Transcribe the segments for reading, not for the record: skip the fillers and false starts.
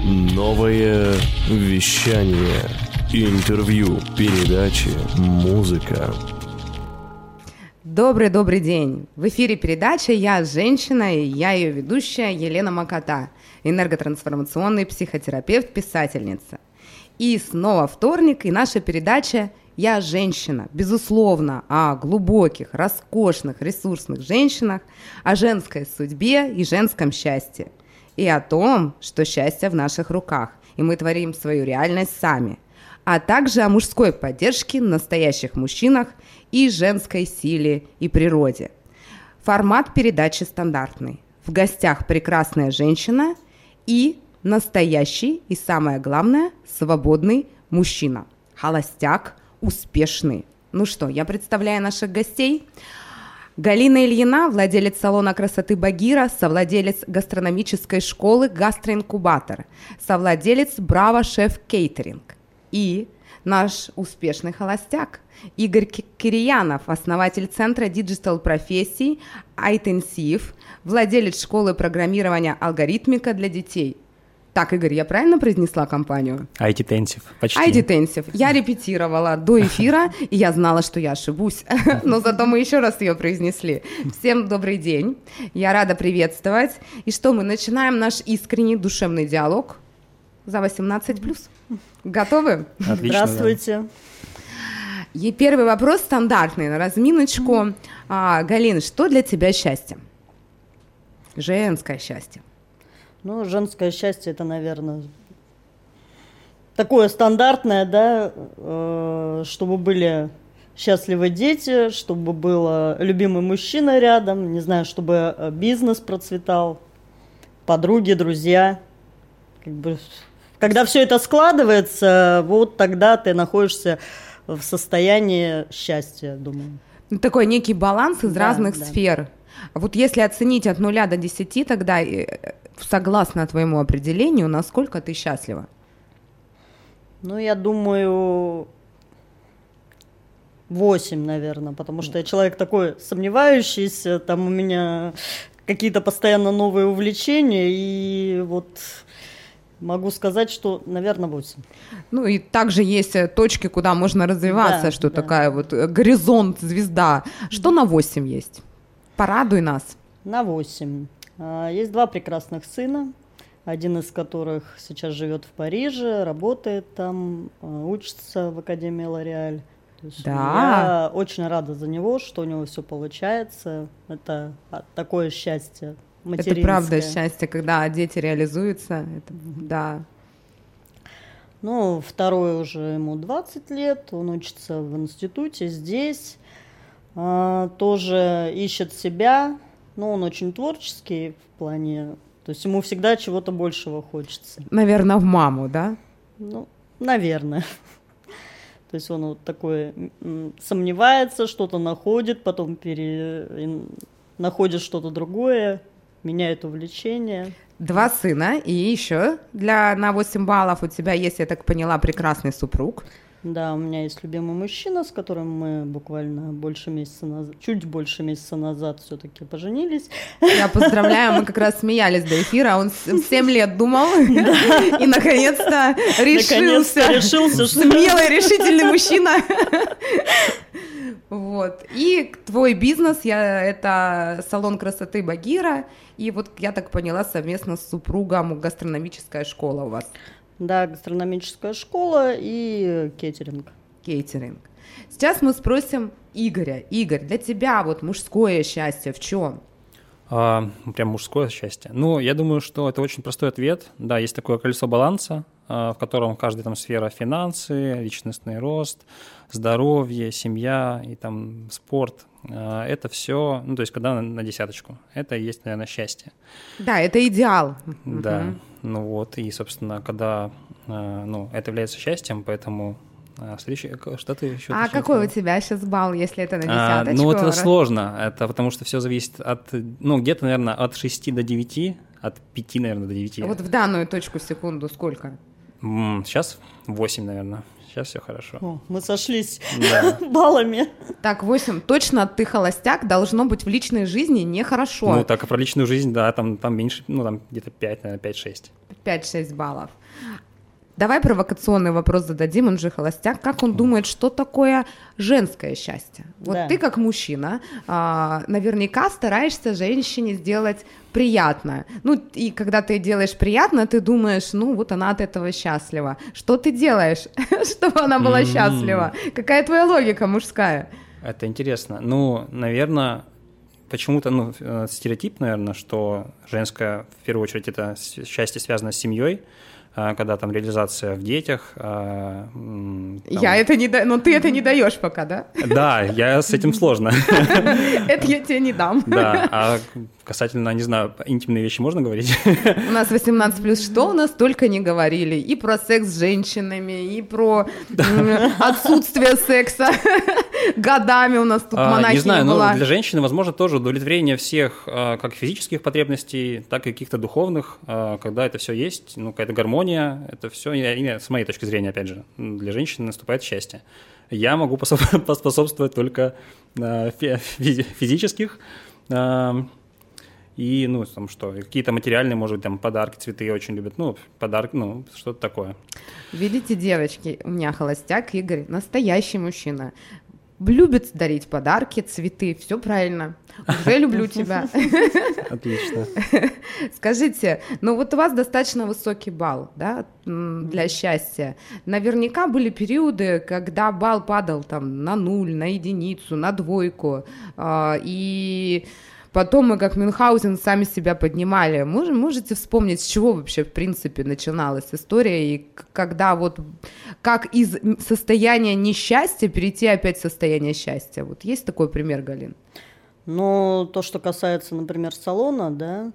Новое вещание. Интервью, передачи, музыка. Добрый день! В эфире передача «Я женщина» и я ее ведущая Елена Макота, энерготрансформационный психотерапевт, писательница. И снова вторник, и наша передача «Я женщина». Безусловно, о глубоких, роскошных, ресурсных женщинах, о женской судьбе и женском счастье. И о том, что счастье в наших руках, и мы творим свою реальность сами. А также о мужской поддержке, настоящих мужчинах и женской силе и природе. Формат передачи стандартный. В гостях прекрасная женщина и настоящий, и самое главное, свободный мужчина. Холостяк, успешный. Ну что, я представляю наших гостей. Галина Ильина, владелец салона красоты «Багира», совладелец гастрономической школы «Гастроинкубатор», совладелец «Браво Шеф Кейтеринг». И наш успешный холостяк Игорь Кирьянов, основатель центра диджитал-профессий iTensive, владелец школы программирования «Алгоритмика» для детей. Так, Игорь, я правильно произнесла компанию? iTensive, почти. iTensive. Я репетировала до эфира, и я знала, что я ошибусь, но зато мы еще раз ее произнесли. Всем добрый день, я рада приветствовать. И что, мы начинаем наш искренний душевный диалог за 18+. Готовы? Отлично. Здравствуйте. Да. И первый вопрос стандартный, на разминочку. Галин, что для тебя счастье? Женское счастье. Ну, женское счастье, это, наверное, такое стандартное, да, чтобы были счастливы дети, чтобы был любимый мужчина рядом, не знаю, чтобы бизнес процветал, подруги, друзья. Как бы, когда все это складывается, вот тогда ты находишься в состоянии счастья, думаю. Такой некий баланс из разных сфер. Вот если оценить от 0 до 10, тогда, согласно твоему определению, насколько ты счастлива? Ну, я думаю, 8, наверное, потому что я человек такой сомневающийся, там у меня какие-то постоянно новые увлечения, и вот могу сказать, что, наверное, 8. Ну, и также есть точки, куда можно развиваться, что такая вот горизонт, звезда. Что на 8 есть? Порадуй нас. На 8. Есть 2 прекрасных сына, один из которых сейчас живет в Париже, работает там, учится в Академии Лореаль. Я очень рада за него, что у него все получается. Это такое счастье материнское. Это правда счастье, когда дети реализуются. Это, да. Ну, второй уже ему 20 лет, он учится в институте здесь, тоже ищет себя. Но он очень творческий в плане, то есть ему всегда чего-то большего хочется. Наверное, в маму, да? Ну, наверное. То есть он вот такой сомневается, что-то находит, потом находит что-то другое, меняет увлечение. 2 сына, и еще на 8 баллов у тебя есть, я так поняла, прекрасный супруг. Да, у меня есть любимый мужчина, с которым мы буквально чуть больше месяца назад все-таки поженились. Я поздравляю, мы как раз смеялись до эфира, он 7 лет думал и наконец-то решился. Смелый, решительный мужчина. Вот. И твой бизнес, это салон красоты «Багира», и вот я так поняла, совместно с супругом гастрономическая школа у вас. Да, гастрономическая школа и кейтеринг. Кейтеринг. Сейчас мы спросим Игоря. Игорь, для тебя вот мужское счастье в чем? Прям мужское счастье. Ну, я думаю, что это очень простой ответ. Да, есть такое колесо баланса, в котором каждая там сфера: финансы, личностный рост, здоровье, семья и там спорт. Это все, ну, то есть когда на десяточку. Это и есть, наверное, счастье. Да, это идеал. Да, ну вот, и, собственно, когда, это является счастьем, поэтому... Что ты еще? Какой у тебя сейчас балл, если это на десяточку? Ну, это сложно, это потому что все зависит от, где-то, наверное, от 6 до 9, от 5, наверное, до 9. Вот в данную точку в секунду сколько? Сейчас 8, наверное. Сейчас все хорошо. О, мы сошлись Да. баллами. Так, 8. Точно ты холостяк, должно быть в личной жизни нехорошо. Ну, так, а про личную жизнь, да, там меньше, ну, там где-то 5, наверное, 5-6. 5-6 баллов. Давай провокационный вопрос зададим, он же холостяк. Как он думает, что такое женское счастье? Вот Да. ты как мужчина наверняка стараешься женщине сделать приятно. Ну, и когда ты делаешь приятно, ты думаешь, ну, вот она от этого счастлива. Что ты делаешь, чтобы она была счастлива? Какая твоя логика мужская? Это интересно. Ну, наверное, почему-то, ну, стереотип, наверное, что женское, в первую очередь, это счастье связано с семьей, когда там реализация в детях. Там... Я это не даю, но ты это не даешь пока, да? Да, я с этим сложно. Это я тебе не дам. Да, а касательно, не знаю, интимные вещи можно говорить? У нас 18+, что у нас только не говорили. И про секс с женщинами, и про отсутствие секса. Годами у нас тут монахиня не знаю, была. но для женщины, возможно, тоже удовлетворение всех как физических потребностей, так и каких-то духовных, когда это все есть, ну, какая-то гармония, это все, с моей точки зрения, опять же, для женщины наступает счастье. Я могу поспособствовать только физических, и, ну, там что, какие-то материальные, может быть, там подарки, цветы очень любят, ну, подарки, ну, что-то такое. Видите, девочки, у меня холостяк Игорь, настоящий мужчина. Любит дарить подарки, цветы, все правильно. Уже люблю тебя. Отлично. Скажите, ну вот у вас достаточно высокий балл, да, для счастья. Наверняка были периоды, когда балл падал там на 0, на единицу, на 2, и потом мы, как Мюнхгаузен, сами себя поднимали. Можете вспомнить, с чего вообще, в принципе, начиналась история, и когда вот как из состояния несчастья перейти опять в состояние счастья? Вот есть такой пример, Галин? Ну, то, что касается, например, салона, да,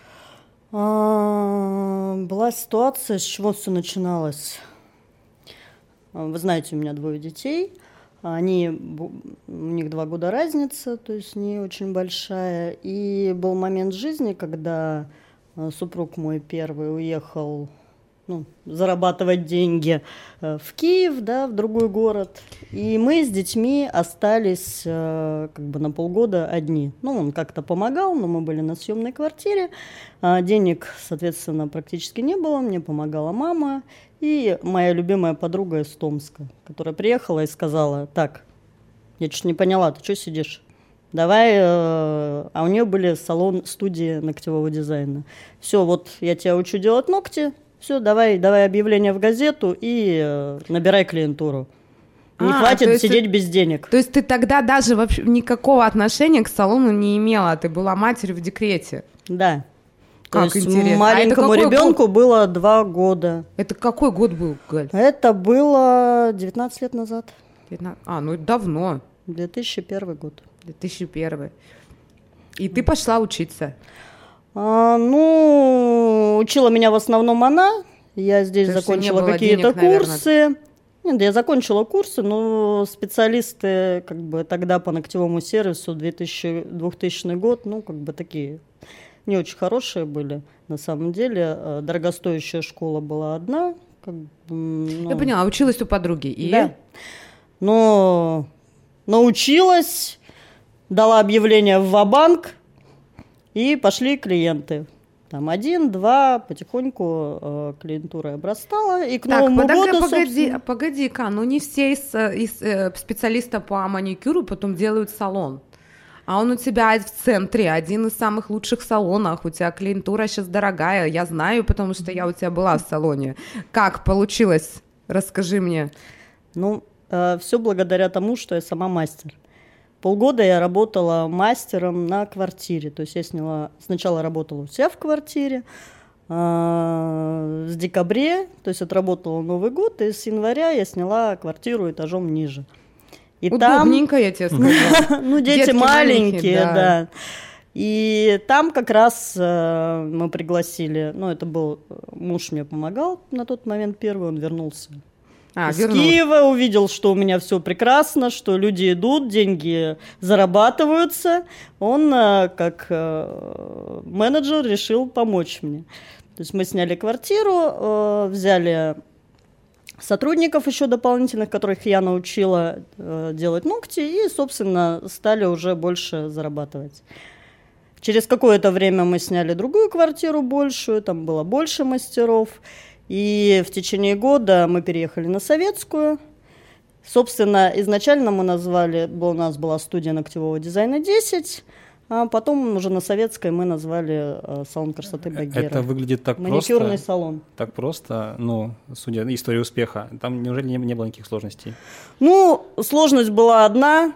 была ситуация, с чего все начиналось. Вы знаете, у меня 2 детей. У них 2 года разница, то есть не очень большая. И был момент жизни, когда супруг мой первый уехал, ну, зарабатывать деньги в Киев, да, в другой город. И мы с детьми остались как бы на полгода одни. Ну, он как-то помогал, но мы были на съемной квартире. Денег, соответственно, практически не было. Мне помогала мама. И моя любимая подруга из Томска, которая приехала и сказала: так, я чуть не поняла, ты что сидишь? Давай, а у нее были студии ногтевого дизайна. Все, вот я тебя учу делать ногти, все, давай объявление в газету и набирай клиентуру. Не хватит сидеть без денег. То есть ты тогда даже вообще никакого отношения к салону не имела, ты была матерью в декрете? Да. Как то есть интересно. маленькому ребенку было 2 года. Это какой год был, Галь? Это было 19 лет назад. 15... ну это давно. 2001 год. 2001. И ты пошла учиться? Ну, учила меня в основном она. Я здесь закончила какие-то курсы. Нет, я закончила курсы, но специалисты как бы тогда по ногтевому сервису 2000 год, ну, как бы такие не очень хорошие были, на самом деле. Дорогостоящая школа была одна. Как бы, ну, я поняла, училась у подруги. И... Да. Но научилась, дала объявление в ва-банк, и пошли клиенты. Там 1, 2, потихоньку клиентура обрастала. И к Новому году, погоди-ка, ну не все из специалиста по маникюру потом делают салон. А он у тебя в центре, один из самых лучших салонов. У тебя клиентура сейчас дорогая, я знаю, потому что я у тебя была в салоне. Как получилось? Расскажи мне. Ну, все благодаря тому, что я сама мастер. Полгода я работала мастером на квартире. То есть я сначала работала у себя в квартире, с декабря, то есть отработала Новый год, и с января я сняла квартиру этажом ниже. И удобненько, я тебе сказала. Ну, дети маленькие, да. И там как раз мы пригласили, ну, это был муж, мне помогал на тот момент первый, он вернулся из Киева, увидел, что у меня все прекрасно, что люди идут, деньги зарабатываются. Он, как менеджер, решил помочь мне. То есть мы сняли квартиру, взяли сотрудников еще дополнительных, которых я научила делать ногти, и, собственно, стали уже больше зарабатывать. Через какое-то время мы сняли другую квартиру большую, там было больше мастеров, и в течение года мы переехали на Советскую. Собственно, изначально мы назвали, у нас была студия ногтевого дизайна 10, а потом уже на Советской мы назвали салон красоты Багира. Это выглядит так маникюрный просто. Салон. Так просто, ну, судя по истории успеха. Там неужели не было никаких сложностей? Ну, сложность была одна.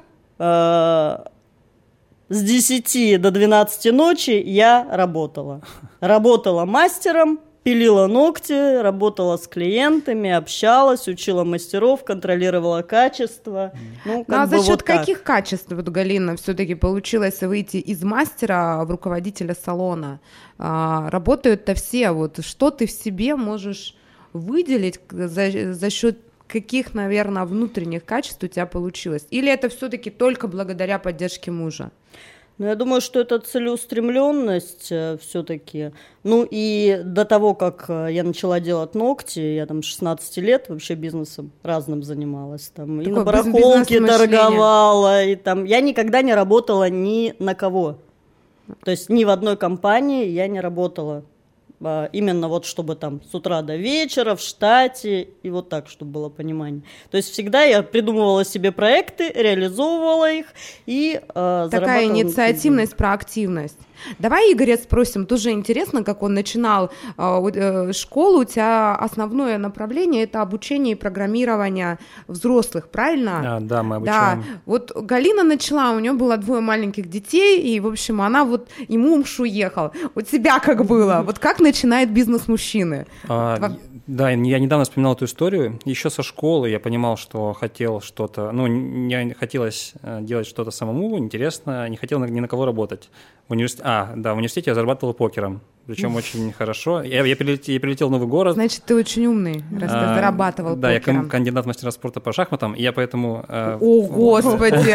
С 10 до 12 ночи я работала. Работала мастером, пилила ногти, работала с клиентами, общалась, учила мастеров, контролировала качество. Ну, а за счет вот каких качеств, вот, Галина, все-таки получилось выйти из мастера в руководителя салона? Работают-то все, вот что ты в себе можешь выделить за счет каких, наверное, внутренних качеств у тебя получилось? Или это все-таки только благодаря поддержке мужа? Ну, я думаю, что это целеустремленность все-таки. Ну, и до того, как я начала делать ногти, я там 16 лет вообще бизнесом разным занималась. Там, и на барахолке торговала, и там... Я никогда не работала ни на кого. То есть ни в одной компании я не работала. Именно вот чтобы там с утра до вечера в штате, и вот так, чтобы было понимание. То есть всегда я придумывала себе проекты, реализовывала их и зарабатывала. Такая инициативность, проактивность. Давай Игоря спросим, тоже интересно, как он начинал школу, у тебя основное направление – это обучение и программирование взрослых, правильно? Да, мы обучаем. Да, вот Галина начала, у нее было 2 маленьких детей, и, в общем, она вот, и муж уехал. У тебя как было? Вот как начинает бизнес мужчины? Да, я недавно вспоминал эту историю. Еще со школы я понимал, что хотел что-то, ну, не хотелось делать что-то самому, интересно, не хотел ни на кого работать. В университете я зарабатывал покером, причем очень хорошо. Я прилетел в новый город. Значит, ты очень умный, раз ты зарабатывал покером. Да, я кандидат в мастера спорта по шахматам, и я поэтому... О, Господи!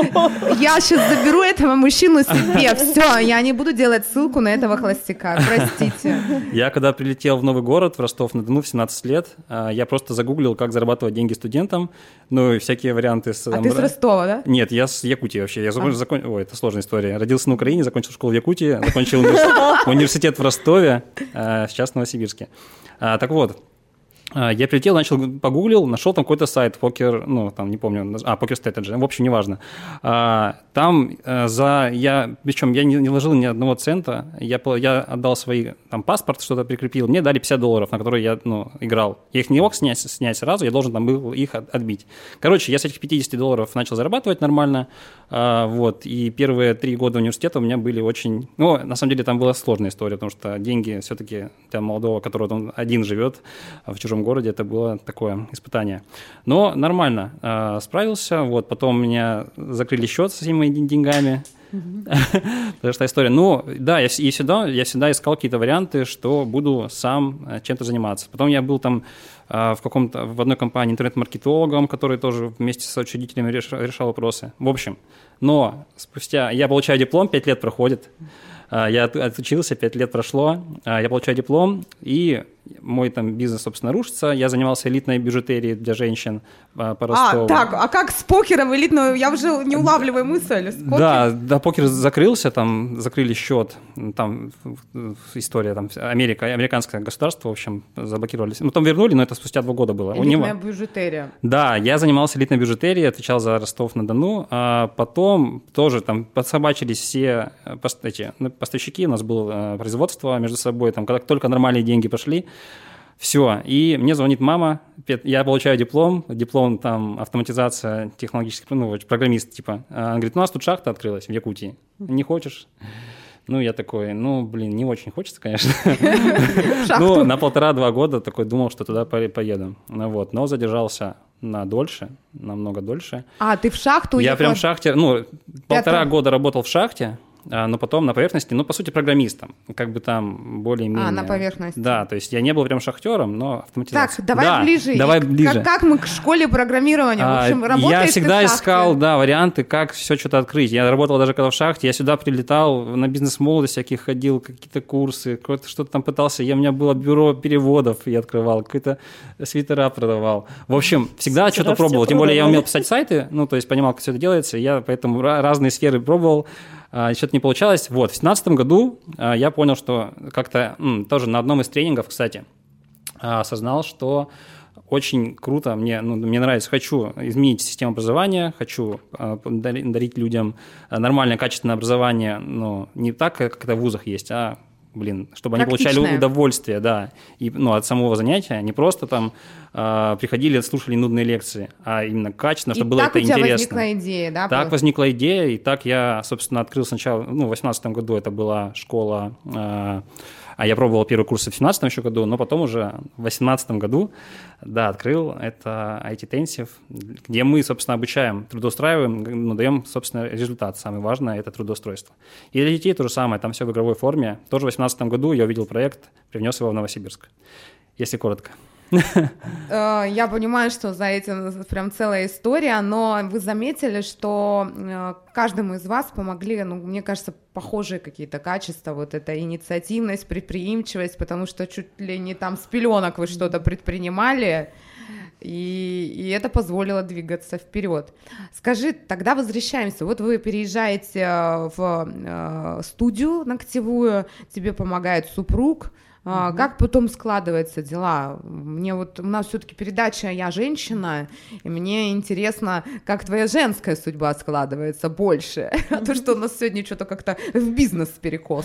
Я сейчас заберу этого мужчину себе. Все, я не буду делать ссылку на этого холостяка, простите. Я когда прилетел в новый город, в Ростов-на-Дону, в 17 лет, я просто загуглил, как зарабатывать деньги студентам, ну и всякие варианты. А ты с Ростова, да? Нет, я с Якутии вообще. Ой, это сложная история. Родился на Украине, закончил школу в Якутии, закончил университет в Ростове, сейчас в Новосибирске. Так вот, я прилетел, погуглил, нашел там какой-то сайт, покер, ну, там, не помню, Poker Strategy, в общем, неважно. Там причем я не вложил ни одного цента, я отдал свой там паспорт, что-то прикрепил, мне дали $50, на которые я, играл. Я их не мог снять сразу, я должен там был их отбить. Короче, я с этих $50 начал зарабатывать нормально, вот, и первые 3 года университета у меня были очень... Ну, на самом деле, там была сложная история, потому что деньги все-таки для молодого, который он один живет в чужом городе, это было такое испытание. Но нормально справился, вот, потом у меня закрыли счет со всеми моими деньгами, потому что история. Ну, да, я всегда искал какие-то варианты, что буду сам чем-то заниматься. Потом я был там в одной компании интернет-маркетологом, который тоже вместе с учредителями решал вопросы. В общем, но спустя... Я получаю диплом, 5 лет проходит, я отучился, 5 лет прошло, я получаю диплом, и мой там бизнес, собственно, рушится. Я занимался элитной бижутерией для женщин по Ростову. А как с покером элитную? Я уже не улавливаю мысль. Да, покер закрылся, там закрыли счет, там история, там американское государство, в общем, заблокировали. Ну, там вернули, но это спустя 2 года было. Элитная бижутерия. Да, я занимался элитной бижутерией, отвечал за Ростов-на-Дону, а потом тоже там подсобачились все поставщики, у нас было производство между собой, там, когда только нормальные деньги пошли, все, и мне звонит мама, я получаю диплом там автоматизация технологических, программист типа. Она говорит, у нас тут шахта открылась в Якутии, не хочешь? Ну, я такой, не очень хочется, конечно. Ну, на 1,5-2 года такой думал, что туда поеду. Вот, но задержался намного дольше. А, ты в шахту уехал? Я прям в шахте, 1,5 года работал в шахте. но потом на поверхности, ну, по сути, программистом, как бы там более-менее. На поверхности. Да, то есть я не был прям шахтером, но автоматизация. Так, давай ближе. Давай ближе. Как мы к школе программирования? В общем, работаешь я всегда ты в шахте. искал, да, варианты, как все что-то открыть. Я работал даже когда в шахте, я сюда прилетал, на бизнес-молоде всяких ходил, какие-то курсы, что-то там пытался. У меня было бюро переводов, я открывал, какие-то свитера продавал. В общем, всегда что-то пробовал. Тем более я умел писать сайты, ну, то есть понимал, как все это делается. Я поэтому разные сферы пробовал. Что-то не получалось. Вот, в 2017 году я понял, что как-то тоже на одном из тренингов, кстати, осознал, что очень круто, мне нравится, хочу изменить систему образования, хочу дарить людям нормальное, качественное образование, но не так, как это в вузах есть, чтобы они получали удовольствие, да, и, от самого занятия, не просто там приходили, слушали нудные лекции, а именно качественно, чтобы было это интересно. И так у тебя возникла идея, да? Так возникла идея, и так я, собственно, открыл сначала, в 2018 году это была школа, я пробовал первые курсы в 2017 еще году, но потом уже в 2018 году, да, открыл это IT-Tensive, где мы, собственно, обучаем, трудоустраиваем, даем, собственно, результат. Самое важное – это трудоустройство. И для детей то же самое, там все в игровой форме. Тоже в 2018 году я увидел проект, привнес его в Новосибирск, если коротко. Я понимаю, что за этим прям целая история, но вы заметили, что каждому из вас помогли, мне кажется, похожие какие-то качества, вот эта инициативность, предприимчивость, потому что чуть ли не там с пеленок вы что-то предпринимали, и это позволило двигаться вперед. Скажи, тогда возвращаемся. Вот вы переезжаете в студию ногтевую, тебе помогает супруг. Как потом складываются дела? У нас все-таки передача «Я женщина», и мне интересно, как твоя женская судьба складывается больше, а то, что у нас сегодня что-то как-то в бизнес перекос.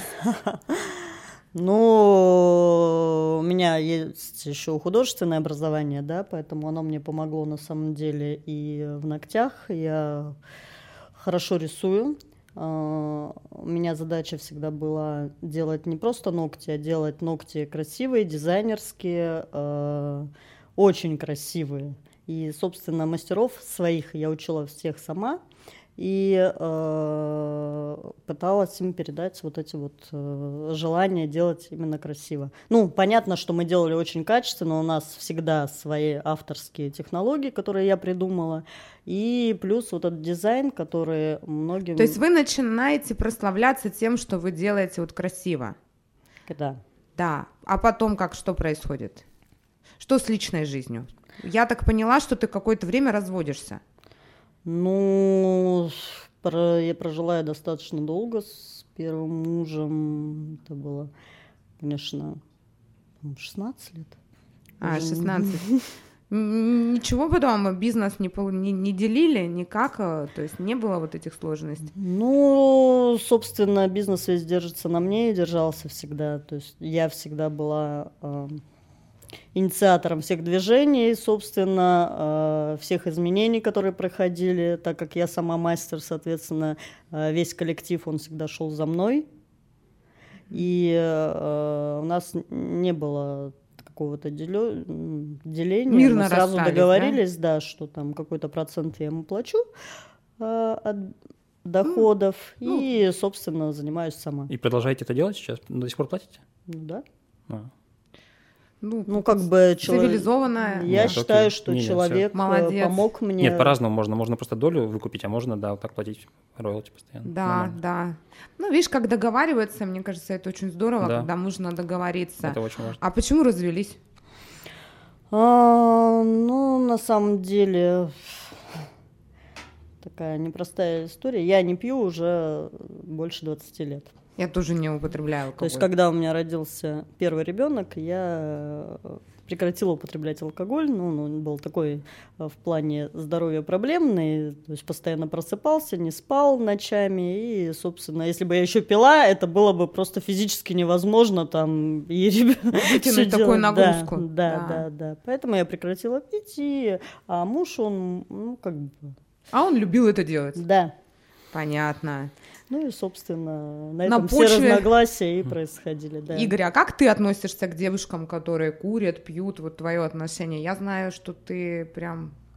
У меня есть еще художественное образование, да, поэтому оно мне помогло на самом деле и в ногтях. Я хорошо рисую. У меня задача всегда была делать не просто ногти, а делать ногти красивые, дизайнерские, очень красивые. И, собственно, мастеров своих я учила всех сама и пыталась им передать вот эти вот желания делать именно красиво. Понятно, что мы делали очень качественно, у нас всегда свои авторские технологии, которые я придумала, и плюс вот этот дизайн, который многим... То есть вы начинаете прославляться тем, что вы делаете вот красиво? Да. Да. А потом что происходит? Что с личной жизнью? Я так поняла, что ты какое-то время разводишься. Я прожила достаточно долго с первым мужем. Это было, конечно, 16 лет. 16. Ничего потом бизнес не делили никак? То есть не было вот этих сложностей? Собственно, бизнес весь держится на мне и держался всегда. То есть я всегда была... инициатором всех движений, собственно, всех изменений, которые проходили, так как я сама мастер, соответственно, весь коллектив, он всегда шел за мной, и у нас не было какого-то деления, мирно мы сразу договорились, да, что там какой-то процент я ему плачу от доходов, и, собственно, занимаюсь сама. И продолжаете это делать сейчас? До сих пор платите? Да. Человек... Цивилизованная. Я считаю, что человек помог мне. Нет, по-разному можно. Можно просто долю выкупить, а можно, вот так платить роялти постоянно. Да. Видишь, как договариваются, мне кажется, это очень здорово, когда можно договориться. Это очень важно. А почему развелись? На самом деле, такая непростая история. Я не пью уже больше 20 лет. Я тоже не употребляю алкоголь. То есть, когда у меня родился первый ребенок, я прекратила употреблять алкоголь. Он был такой в плане здоровья проблемный, то есть постоянно просыпался, не спал ночами. И, собственно, если бы я еще пила, это было бы просто физически невозможно там и вытянуть такую нагрузку. Да. Поэтому я прекратила пить, а муж, он, А он любил это делать? Да. Понятно. И, собственно, на этом все разногласия и происходили. Да. Игорь, а как ты относишься к девушкам, которые курят, пьют, вот твое отношение? Я знаю, что ты прям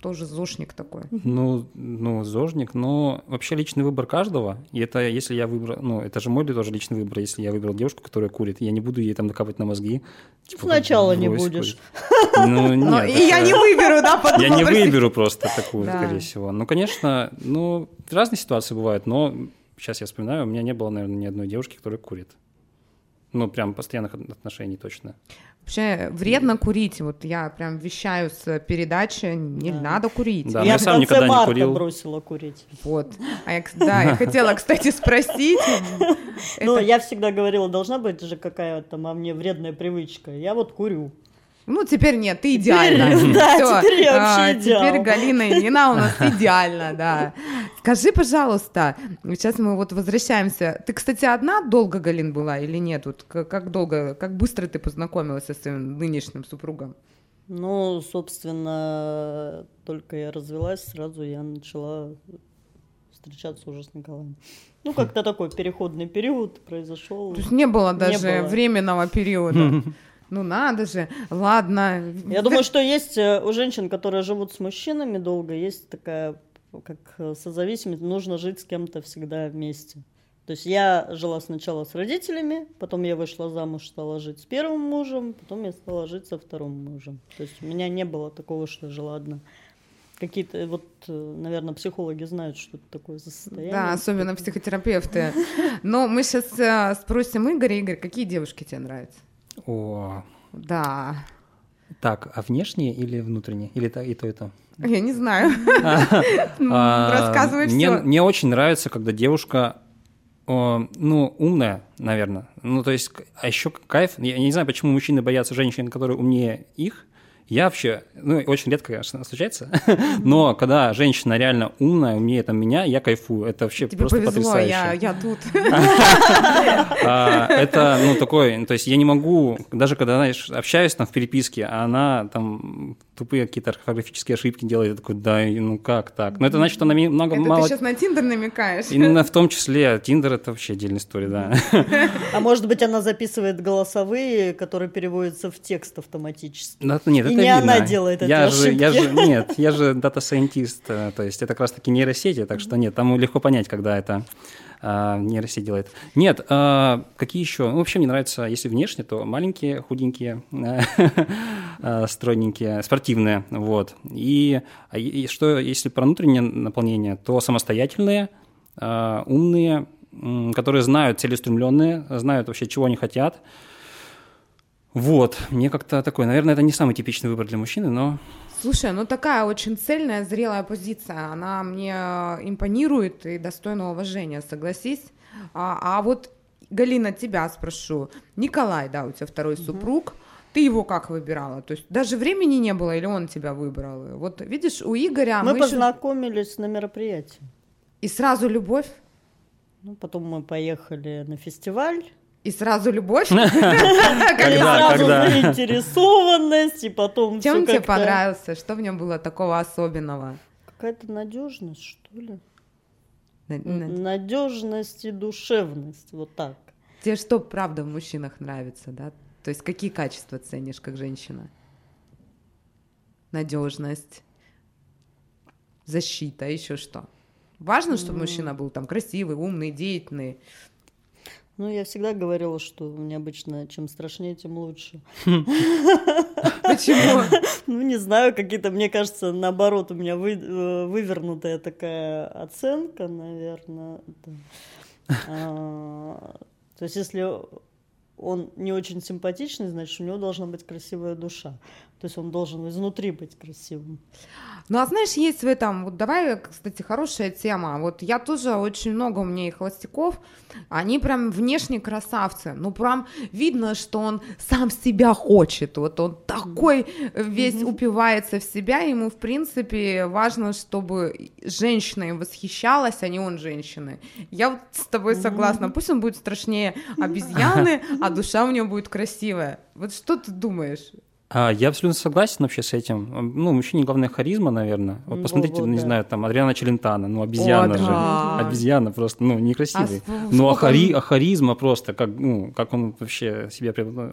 тоже зошник такой. Ну, зожник, но вообще личный выбор каждого. И это если я выбрал, ну, это же мой тоже личный выбор. Если я выбрал девушку, которая курит, я не буду ей там накапать на мозги. Типа, Сначала не будешь. Ну, нет. И я не выберу, да, потом. Я не выберу просто такую, Да. скорее всего. Ну, конечно, разные ситуации бывают, но сейчас я вспоминаю, у меня не было, наверное, ни одной девушки, которая курит. Ну, прям постоянных отношений точно. Вообще вредно курить. Вот я прям вещаю с передачи, не надо курить. Да, Я я в сам конце никогда не марта курил. бросила курить. Вот. Я хотела, кстати, спросить. Но я всегда говорила, должна быть же какая-то мне вредная привычка. Я вот курю. Ну, теперь нет, ты идеально. Да, Всё. теперь я вообще идеал. Теперь Галина Ильина у нас идеально, да. Скажи, пожалуйста, сейчас мы вот возвращаемся. Ты, кстати, одна долго, Галин, была или нет? Вот как долго, как быстро ты познакомилась со своим нынешним супругом? Ну, собственно, только я развелась, сразу я начала встречаться уже с Николаем. Ну, как-то такой переходный период произошел. То есть не было даже было. временного периода. Ну надо же, ладно. Я думаю, что есть у женщин, которые живут с мужчинами долго, есть такая, как созависимость, нужно жить с кем-то всегда вместе. То есть я жила сначала с родителями, потом я вышла замуж, стала жить с первым мужем, потом я стала жить со вторым мужем. То есть у меня не было такого, что я жила одна. Какие-то, вот, наверное, психологи знают, что это такое за состояние. Да, особенно психотерапевты. Но мы сейчас спросим Игоря. Игорь, какие девушки тебе нравятся? О, Да. так, а внешние или внутренние? Или и то, и то? Я не знаю. Рассказывай все. Мне очень нравится, когда девушка, умная, наверное. Ну, то есть, а еще кайф. Я не знаю, почему мужчины боятся женщин, которые умнее их. Я вообще, очень редко, конечно, случается, но когда женщина реально умная, умнее меня, я кайфую. Это вообще Тебе просто повезло, потрясающе. я тут. Это, такой, то есть я не могу, даже когда, знаешь, общаюсь там в переписке, а она там тупые какие-то орфографические ошибки делает, я такой, да, как так? Но это значит, что она много Это мало... ты сейчас на Тиндер намекаешь? Именно в том числе Тиндер — это вообще отдельная история, да. А может быть, она записывает голосовые, которые переводятся в текст автоматически. Нет, это И не видно. она делает эти ошибки. Нет, я же дата-сайентист, то есть это как раз-таки нейросети, так что нет, там легко понять, когда это нейросеть делает. Нет, какие еще? В общем, мне нравится, если внешне, то маленькие, худенькие, стройненькие, спортивные, вот. И что, если про внутреннее наполнение, то самостоятельные, умные, которые знают, целеустремленные, знают вообще, чего они хотят. Вот, мне как-то такой, наверное, это не самый типичный выбор для мужчины, но... Слушай, такая очень цельная, зрелая позиция, она мне импонирует и достойна уважения, согласись. А вот, Галина, тебя спрошу. Николай, да, у тебя второй супруг, ты его как выбирала? То есть даже времени не было или он тебя выбрал? Вот видишь, у Игоря... Мы познакомились на мероприятии. И сразу любовь? Потом мы поехали на фестиваль. И сразу любовь? И сразу заинтересованность, и потом Чем всё тебе как-то... понравился? Что в нем было такого особенного? Какая-то надежность, что ли? Надежность и душевность, вот так. Тебе что, правда, в мужчинах нравится, да? То есть какие качества ценишь как женщина? Надежность, защита, еще что? Важно, чтобы мужчина был там красивый, умный, деятельный? Я всегда говорила, что мне обычно чем страшнее, тем лучше. Почему? Не знаю, какие-то, мне кажется, наоборот, у меня вывернутая такая оценка, наверное. То есть, если он не очень симпатичный, значит, у него должна быть красивая душа. То есть он должен изнутри быть красивым. А знаешь, есть в этом, вот давай, кстати, хорошая тема. Вот я тоже, очень много у меня и холостяков, они прям внешне красавцы. Прям видно, что он сам себя хочет. Вот он такой весь упивается в себя, ему, в принципе, важно, чтобы женщина им восхищалась, а не он женщины. Я вот с тобой согласна. Пусть он будет страшнее обезьяны, а душа у него будет красивая. Вот что ты думаешь? Я абсолютно согласен вообще с этим. Мужчине главное харизма, наверное. Вот посмотрите, не знаю, там Адриана Челентано, обезьяна же. Обезьяна просто, некрасивый. А харизма просто, как он вообще себя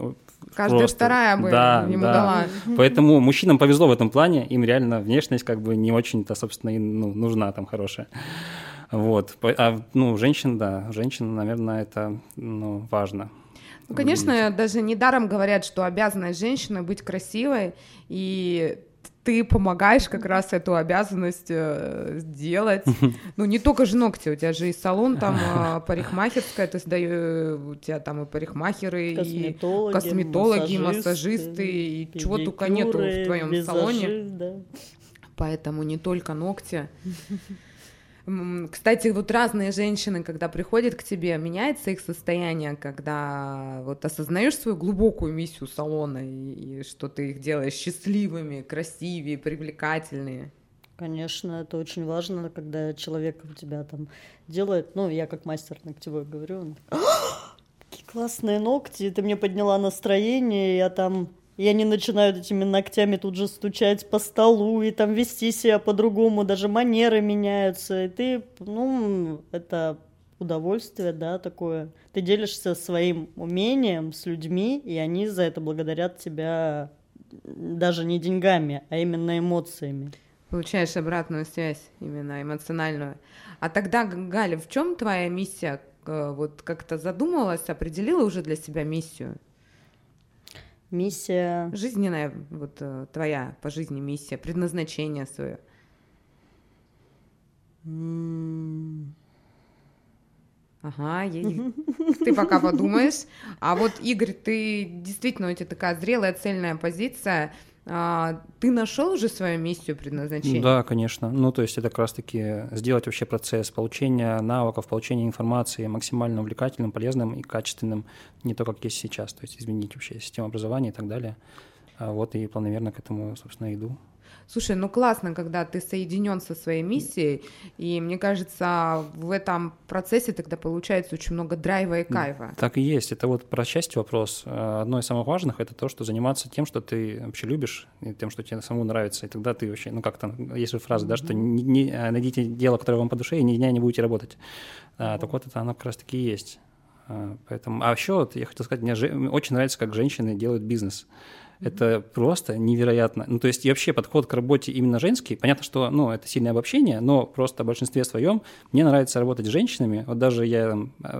Каждая вторая бы ему дала. Поэтому мужчинам повезло в этом плане, им реально внешность как бы не очень-то, собственно, и нужна там хорошая. Вот. А женщин, наверное, это важно. Ну, конечно, даже недаром говорят, что обязанность женщины быть красивой, и ты помогаешь как раз эту обязанность сделать. Ну, не только же ногти, у тебя же и салон там парикмахерская, у тебя там и парикмахеры, и косметологи, и массажисты, и чего только нету в твоем салоне. Да. Поэтому не только ногти. Кстати, вот разные женщины, когда приходят к тебе, меняется их состояние, когда вот осознаешь свою глубокую миссию салона и что ты их делаешь счастливыми, красивее, привлекательнее. Конечно, это очень важно, когда человек у тебя там делает, я как мастер ногтевой говорю, он такой: какие классные ногти, ты мне подняла настроение, и они начинают этими ногтями тут же стучать по столу и там вести себя по-другому, даже манеры меняются. И ты, это удовольствие, да, такое. Ты делишься своим умением с людьми, и они за это благодарят тебя даже не деньгами, а именно эмоциями. Получаешь обратную связь, именно эмоциональную. А тогда, Галя, в чем твоя миссия? Вот как-то задумалась, определила уже для себя миссию? Миссия... Жизненная, вот твоя по жизни миссия, предназначение свое. Ага, ты пока подумаешь. А вот, Игорь, ты действительно, у тебя такая зрелая, цельная позиция. Ты нашел уже свою миссию, предназначение? Да, конечно. То есть это как раз-таки сделать вообще процесс получения навыков, получения информации максимально увлекательным, полезным и качественным, не то, как есть сейчас. То есть изменить вообще систему образования и так далее. Вот и планомерно к этому, собственно, иду. Слушай, классно, когда ты соединен со своей миссией, и мне кажется, в этом процессе тогда получается очень много драйва и кайфа. Так и есть. Это вот про счастье вопрос. Одно из самых важных — это то, что заниматься тем, что ты вообще любишь, и тем, что тебе самому нравится, и тогда ты вообще, есть же фраза, да, что найдите дело, которое вам по душе, и ни дня не будете работать. Так вот, это оно как раз-таки и есть. Поэтому... А еще я хотел сказать, мне очень нравится, как женщины делают бизнес. Это просто невероятно. То есть и вообще подход к работе именно женский. Понятно, что это сильное обобщение, но просто в большинстве своем мне нравится работать с женщинами. Вот даже я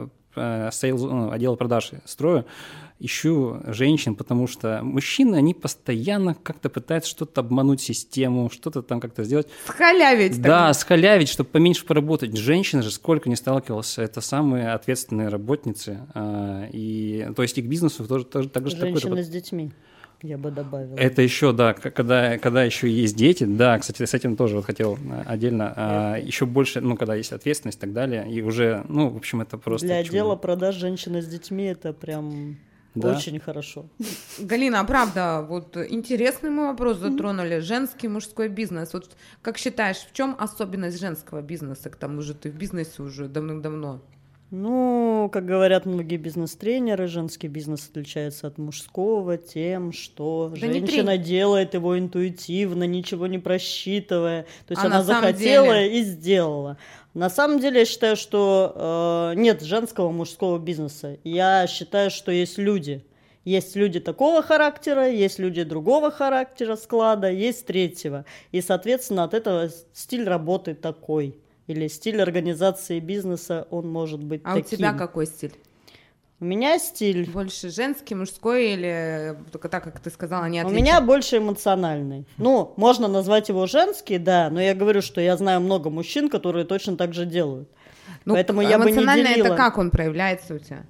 отдел продаж строю, ищу женщин, потому что мужчины, они постоянно как-то пытаются что-то обмануть систему, что-то там как-то сделать. Схалявить. Да, схалявить, чтобы поменьше поработать. Женщина же сколько не сталкивалась, это самые ответственные работницы. И, то есть и к бизнесу тоже так же. Женщины с детьми. Я бы добавила. Это еще, да, когда еще есть дети, да, кстати, с этим тоже вот хотел отдельно, еще больше, когда есть ответственность и так далее, и уже, в общем, это просто... Для отдела продаж женщины с детьми это прям очень хорошо. Галина, а правда, вот интересный мы вопрос затронули, женский, мужской бизнес. Вот как считаешь, в чем особенность женского бизнеса? К тому же ты в бизнесе уже давным-давно. Как говорят многие бизнес-тренеры, женский бизнес отличается от мужского тем, что женщина делает его интуитивно, ничего не просчитывая. То есть она захотела и сделала. На самом деле я считаю, что нет женского мужского бизнеса. Я считаю, что есть люди. Есть люди такого характера, есть люди другого характера, склада, есть третьего. И, соответственно, от этого стиль работы такой. Или стиль организации бизнеса, он может быть таким. А у тебя какой стиль? У меня стиль... Больше женский, мужской или только так, как ты сказала, не отличен? У меня больше эмоциональный. Можно назвать его женский, да, но я говорю, что я знаю много мужчин, которые точно так же делают. Поэтому я бы не делила. Эмоционально это как он проявляется у тебя?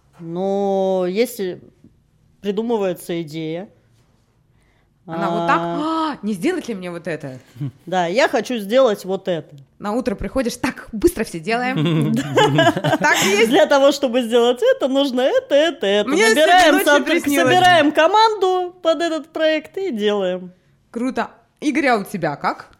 Если придумывается идея, она вот так, не сделать ли мне вот это? Да, я хочу сделать вот это. На утро приходишь, так, быстро все делаем. Так есть. Для того, чтобы сделать это, нужно это. Собираем команду под этот проект и делаем. Круто. Игорь, а у тебя как?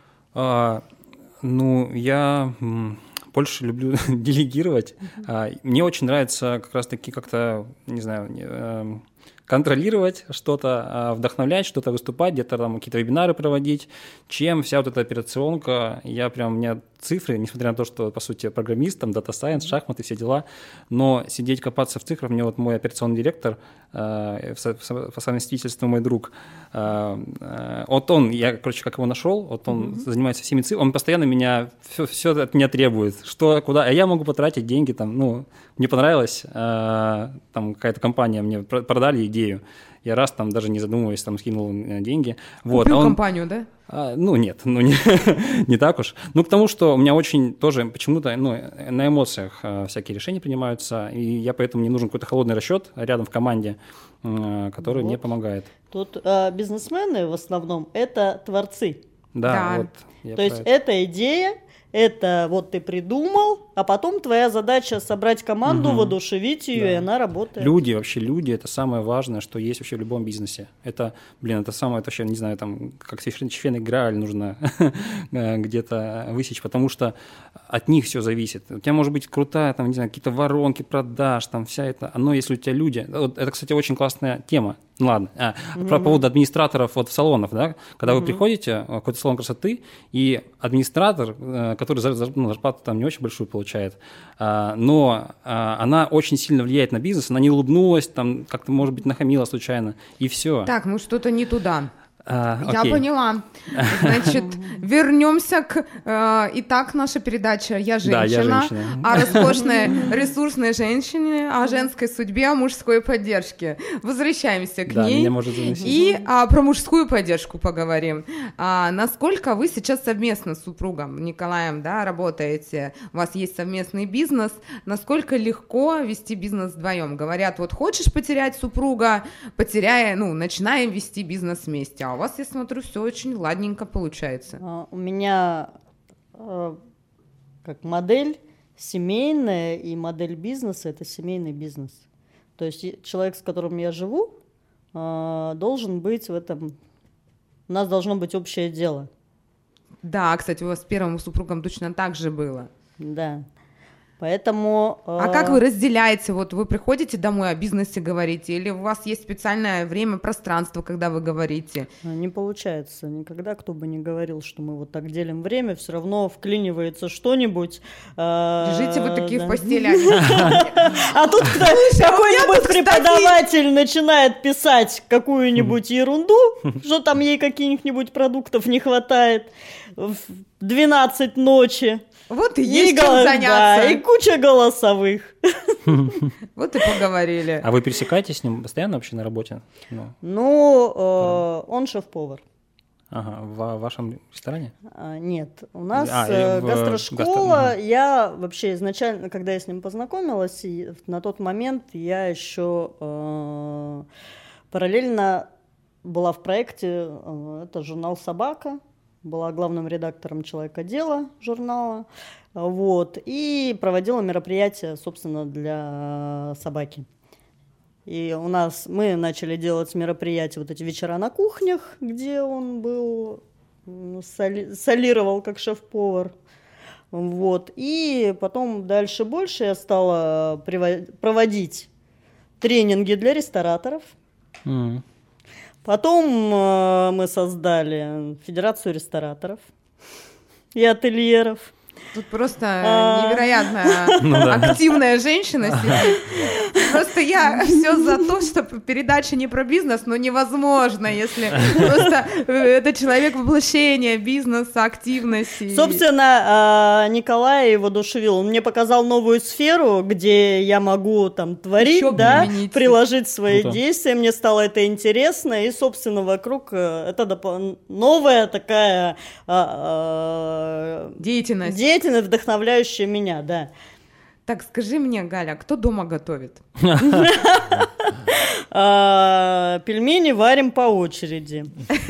Я больше люблю делегировать. Мне очень нравится как раз-таки как-то, не знаю, контролировать что-то, вдохновлять, что-то выступать, где-то там какие-то вебинары проводить, чем вся вот эта операционка. У меня цифры, несмотря на то, что, по сути, программист, там, дата сайенс, шахматы, все дела, но сидеть, копаться в цифрах, мне вот мой операционный директор, по совместительству мой друг, вот он, как его нашел, вот он занимается всеми цифрами, он постоянно все от меня требует, что, куда, а я могу потратить деньги, там, мне понравилось, там какая-то компания, мне продали идею, я раз там даже не задумываясь, там скинул деньги. Купил компанию, да? Нет, не так уж. Потому что у меня очень тоже почему-то на эмоциях всякие решения принимаются, и я поэтому мне нужен какой-то холодный расчет рядом в команде, который мне помогает. Тут бизнесмены в основном это творцы. Да. Вот. То есть это идея, это вот ты придумал, а потом твоя задача собрать команду, воодушевить ее, и она работает. Люди, это самое важное, что есть вообще в любом бизнесе. Это вообще, не знаю, там, как священный грааль нужно где-то высечь, потому что от них все зависит. У тебя может быть крутая, там, не знаю, какие-то воронки продаж, там, вся это, если у тебя люди... Вот это, кстати, очень классная тема. Ладно, по поводу администраторов в салонах, да, когда вы приходите в какой-то салон красоты, и администратор, который зарплату там не очень большую получает, но она очень сильно влияет на бизнес, она не улыбнулась, там как-то, может быть, нахамила случайно, и все. Так, мы что-то не туда. Я поняла. Значит, вернемся к... Итак, наша передача «Я женщина», да, я женщина. О роскошной, ресурсной женщине, о женской судьбе, о мужской поддержке. Возвращаемся к ней. Меня может заносить. И про мужскую поддержку поговорим. Насколько вы сейчас совместно с супругом Николаем, да, работаете? У вас есть совместный бизнес. Насколько легко вести бизнес вдвоем? Говорят, вот хочешь потерять супруга, начинаем вести бизнес вместе. А у вас, я смотрю, все очень ладненько получается. У меня как модель семейная, и модель бизнеса – это семейный бизнес. То есть человек, с которым я живу, должен быть в этом... У нас должно быть общее дело. Да, кстати, у вас с первым супругом точно так же было. Да. Поэтому... А как вы разделяете? Вот вы приходите домой, о бизнесе говорите, или у вас есть специальное время, пространство, когда вы говорите? Не получается никогда, кто бы ни говорил, что мы вот так делим время, все равно вклинивается что-нибудь. Лежите вы такие в постели. А тут какой-нибудь преподаватель начинает писать какую-нибудь ерунду, что там ей каких-нибудь продуктов не хватает в 12 ночи. Вот и есть чем заняться. Да, и куча голосовых. Вот и поговорили. А вы пересекаетесь с ним постоянно вообще на работе? Он шеф-повар. Ага, в вашем ресторане? Нет, у нас гастрошкола. Я вообще изначально, когда я с ним познакомилась, на тот момент я еще параллельно была в проекте, это журнал «Собака». Была главным редактором «Человека дела» журнала, и проводила мероприятия, собственно, для собаки. И мы начали делать мероприятия, вот эти вечера на кухнях, где он был, солировал как шеф-повар. И потом дальше больше я стала проводить тренинги для рестораторов. Потом мы создали Федерацию рестораторов и ательеров. Тут просто невероятно активная женщина сидит. Просто я все за то, что передача не про бизнес, но невозможно, если просто это человек воплощения бизнеса, активности. Собственно, Николай его воодушевил. Он мне показал новую сферу, где я могу там творить, приложить свои действия. Мне стало это интересно, и, собственно, вокруг это новая такая деятельность, вдохновляющая меня, да. Так, скажи мне, Галя, кто дома готовит? Пельмени варим по очереди.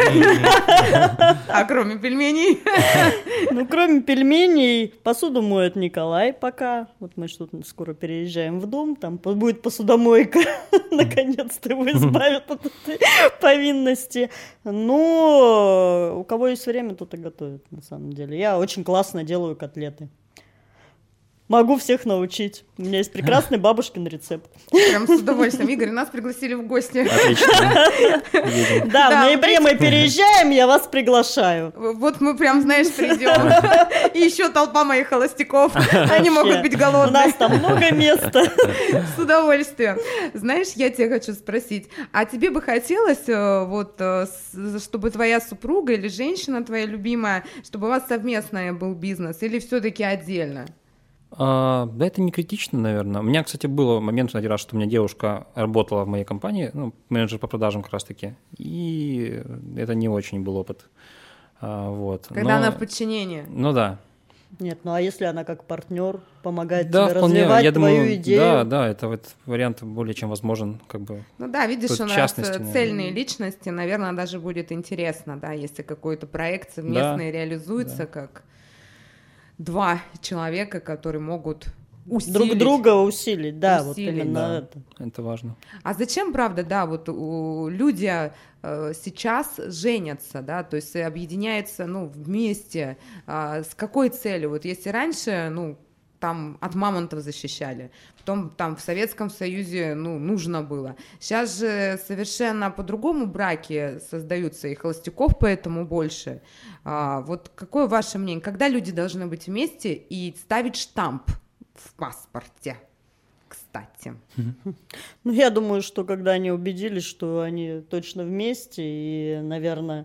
А кроме пельменей? Кроме пельменей, посуду моет Николай пока. Вот мы что-то скоро переезжаем в дом, там будет посудомойка. Наконец-то его избавят от этой повинности. Но у кого есть время, тот и готовит, на самом деле. Я очень классно делаю котлеты. Могу всех научить. У меня есть прекрасный бабушкин рецепт. Прям с удовольствием. Игорь, нас пригласили в гости. Отлично. Да, в ноябре мы переезжаем, я вас приглашаю. Вот мы прям, знаешь, придем. И еще толпа моих холостяков. Они могут быть У голодные. нас там много места. С удовольствием. Знаешь, я тебя хочу спросить, а тебе бы хотелось, чтобы твоя супруга или женщина твоя любимая, чтобы у вас совместный был бизнес или все-таки отдельно? Да, это не критично, наверное. У меня, кстати, был момент один раз, что у меня девушка работала в моей компании, менеджер по продажам как раз-таки, и это не очень был опыт. Вот. Когда она в подчинении? Ну да. Нет, ну а если она как партнер помогает Да, тебе вполне, развивать я твою думаю, идею? да, это вот вариант более чем возможен, как бы. Ну да, видишь, Тут у нас частности, цельные личности, наверное, даже будет интересно, да, если какой-то проект совместный реализуется, как два человека, которые могут усилить. Друг друга усилить, да, вот Усилить, именно да. это. Это важно. А зачем, правда, да, вот люди сейчас женятся, да, то есть объединяются, вместе, с какой целью? Вот если раньше, там от мамонтов защищали, потом там в Советском Союзе, нужно было. Сейчас же совершенно по-другому браки создаются, и холостяков поэтому больше. Вот какое ваше мнение? Когда люди должны быть вместе и ставить штамп в паспорте? Кстати. Ну, я думаю, что когда они убедились, что они точно вместе, и, наверное,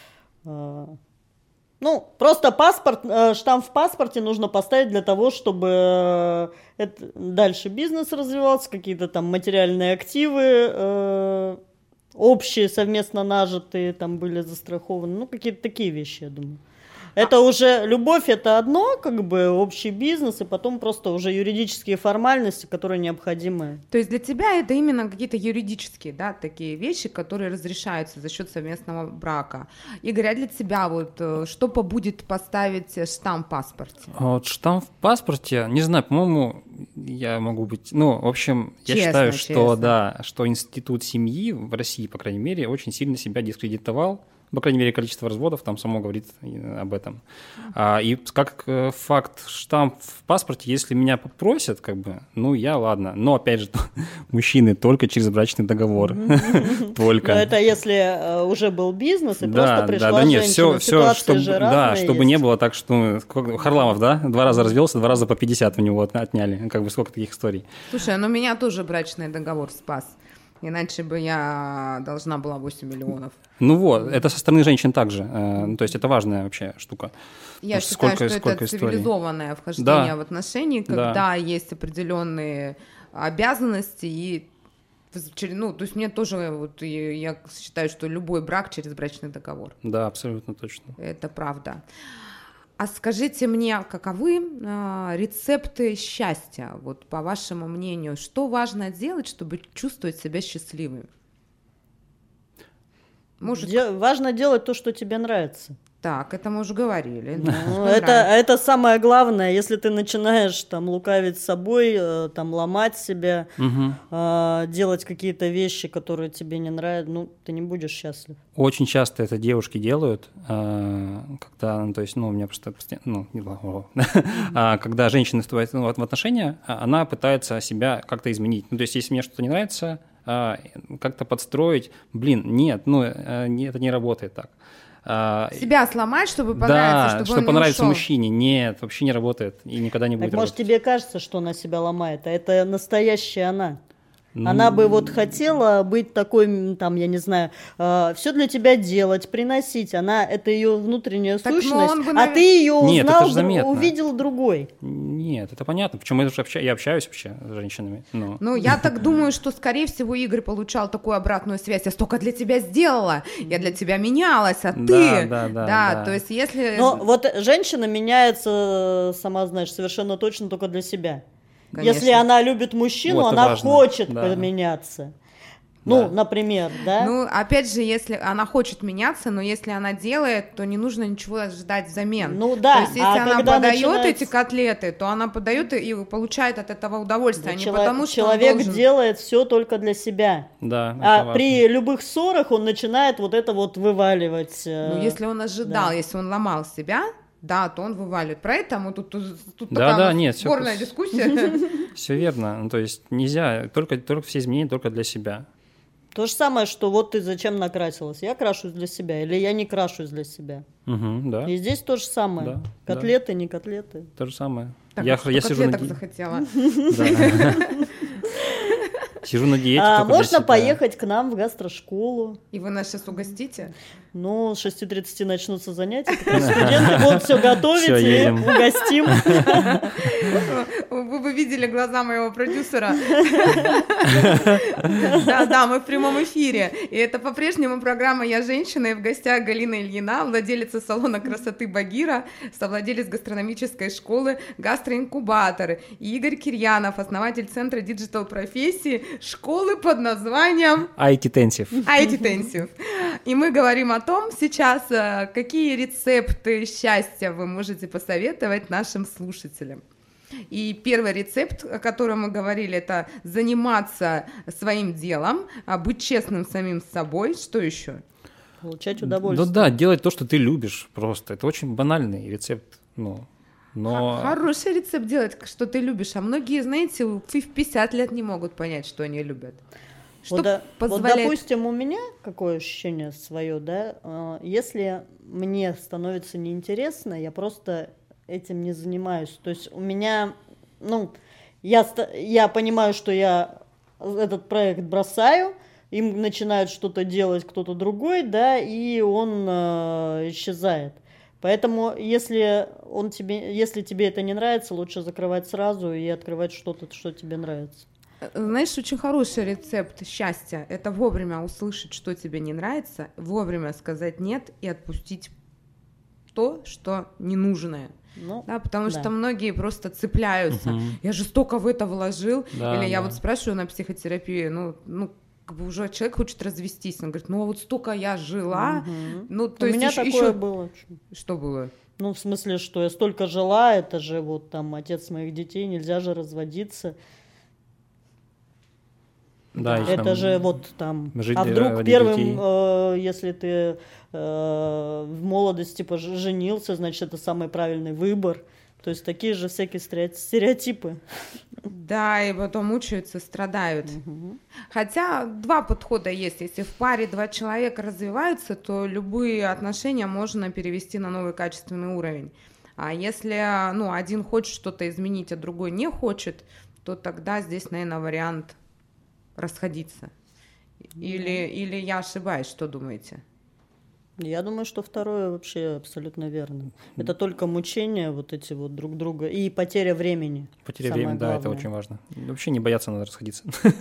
просто штамп в паспорте нужно поставить для того, чтобы дальше бизнес развивался, какие-то там материальные активы общие, совместно нажитые, там были застрахованы, какие-то такие вещи, я думаю. Это уже любовь, это одно, как бы общий бизнес, и потом просто уже юридические формальности, которые необходимы. То есть для тебя это именно какие-то юридические, да, такие вещи, которые разрешаются за счет совместного брака. Игорь, а для тебя что побудит поставить штамп в паспорте? Вот штамп в паспорте, не знаю, по-моему, я могу быть, в общем, я считаю, что институт семьи в России, по крайней мере, очень сильно себя дискредитовал. По крайней мере, количество разводов там само говорит об этом. И как факт штамп в паспорте, если меня попросят, я ладно. Но, опять же, мужчины только через брачный договор. Только. Но это если уже был бизнес, и просто пришла женщина. Ситуации же разные чтобы есть. не было так, что Харламов, да, 2 раза развелся, 2 раза по 50 у него отняли. Сколько таких историй. Слушай, меня тоже брачный договор спас. Иначе бы я должна была 8 миллионов. Это со стороны женщин также. То есть это важная вообще штука. Я считаю, что это цивилизованное вхождение в отношения, когда есть определенные обязанности и то есть мне тоже, я считаю, что любой брак через брачный договор. Да, абсолютно точно. Это правда. А скажите мне, каковы рецепты счастья? Вот по вашему мнению, что важно делать, чтобы чувствовать себя счастливым? Важно делать то, что тебе нравится. Так, это мы уже говорили. Это самое главное. Если ты начинаешь там лукавить с собой, там ломать себя, делать какие-то вещи, которые тебе не нравятся, ты не будешь счастлив. Очень часто это девушки делают, когда, у меня просто, когда женщина вступает в отношения, она пытается себя как-то изменить. То есть если мне что-то не нравится, как-то подстроить, нет, это не работает так. Себя сломать, чтобы понравиться, чтобы он понравиться ушел. мужчине. Нет, вообще не работает и никогда не будет работать. Может, тебе кажется, что она себя ломает, а это настоящая она. Она бы хотела быть такой, там, я не знаю, все для тебя делать, приносить. Это ее внутренняя сущность, а ты ее узнал, увидел другой. Нет, это понятно. Причем я общаюсь вообще с женщинами. Я так думаю, что, скорее всего, Игорь получал такую обратную связь. Я столько для тебя сделала, я для тебя менялась, а ты... Да, то есть если... Но женщина меняется, сама знаешь, совершенно точно только для себя. Конечно. Если она любит мужчину, она хочет поменяться. Например, да? Опять же, если она хочет меняться, но если она делает, то не нужно ничего ждать взамен. Да. То есть, если она подает эти котлеты, то она подает и получает от этого удовольствие, не потому что человек делает все только для себя. Да. А при любых ссорах он начинает это вываливать. Если он ожидал, если он ломал себя, да, то он вываливает. Про это мы тут Да, такая нет, спорная дискуссия. Все верно. Ну, то есть нельзя, только все изменения только для себя. То же самое, что вот ты зачем накрасилась? Я крашусь для себя или я не крашусь для себя? Да. И здесь то же самое. Да, котлеты, не котлеты. То же самое. Так, Я что сижу котлеток захотела. Сижу на диете только для Можно себя. поехать к нам в гастрошколу. И вы нас сейчас угостите? Ну, с 6:30 начнутся занятия, как раз студенты будут все готовить Всё, и едем. угостим. Вы бы видели глаза моего продюсера. Да, мы в прямом эфире. И это по-прежнему программа «Я женщина», и в гостях Галина Ильина, владелица салона красоты «Багира», совладелец гастрономической школы «Гастроинкубатор», и Игорь Кирьянов, основатель Центра диджитал-профессии, школы под названием IT-тенсив. IT-тенсив. И мы говорим о том сейчас, какие рецепты счастья вы можете посоветовать нашим слушателям. И первый рецепт, о котором мы говорили, это заниматься своим делом, быть честным самим с собой. Что еще? Получать удовольствие. Ну да, делать то, что ты любишь просто. Это очень банальный рецепт. Но... Хороший рецепт делать, что ты любишь. А многие, знаете, в 50 лет не могут понять, что они любят. Что позволяет... Вот, допустим, у меня какое ощущение свое, да, если мне становится неинтересно, я просто этим не занимаюсь. То есть у меня, я понимаю, что я этот проект бросаю, им начинает что-то делать кто-то другой, да, и он исчезает. Поэтому, если тебе это не нравится, лучше закрывать сразу и открывать что-то, что тебе нравится. Знаешь, очень хороший рецепт счастья – это вовремя услышать, что тебе не нравится, вовремя сказать «нет» и отпустить то, что ненужное. Да, потому что многие просто цепляются. Я же столько в это вложил. Или я вот спрашиваю на психотерапии, как бы уже человек хочет развестись. Он говорит, вот столько я жила. То у есть меня такое было. Что было? В смысле, что я столько жила, это же вот там отец моих детей, нельзя же разводиться. Да, это же вот там. Жить, а вдруг первым, если ты в молодости женился, значит, это самый правильный выбор. То есть такие же всякие стереотипы. Да, и потом мучаются, страдают. Хотя два подхода есть. Если в паре два человека развиваются, то любые отношения можно перевести на новый качественный уровень. А если один хочет что-то изменить, а другой не хочет, то тогда здесь, наверное, вариант расходиться. Или я ошибаюсь, что думаете? Я думаю, что второе вообще абсолютно верно. Это только мучения вот эти вот друг друга и потеря времени. Потеря времени, да, это очень важно. Вообще не бояться надо расходиться.